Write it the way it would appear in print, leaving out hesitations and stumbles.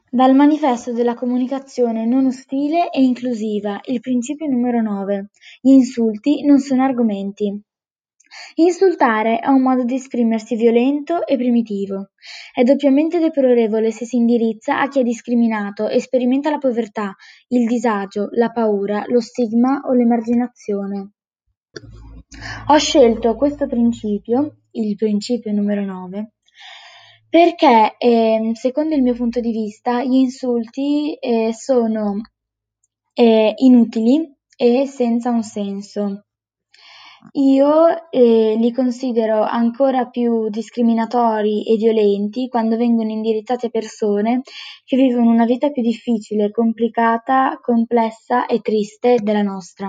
Dal manifesto della comunicazione non ostile e inclusiva, il principio numero 9. Gli insulti non sono argomenti. Insultare è un modo di esprimersi violento e primitivo. È doppiamente deplorevole se si indirizza a chi è discriminato e sperimenta la povertà, il disagio, la paura, lo stigma o l'emarginazione. Ho scelto questo principio, il principio numero 9, perché secondo il mio punto di vista gli insulti sono inutili e senza un senso. Io li considero ancora più discriminatori e violenti quando vengono indirizzati a persone che vivono una vita più difficile, complicata, complessa e triste della nostra.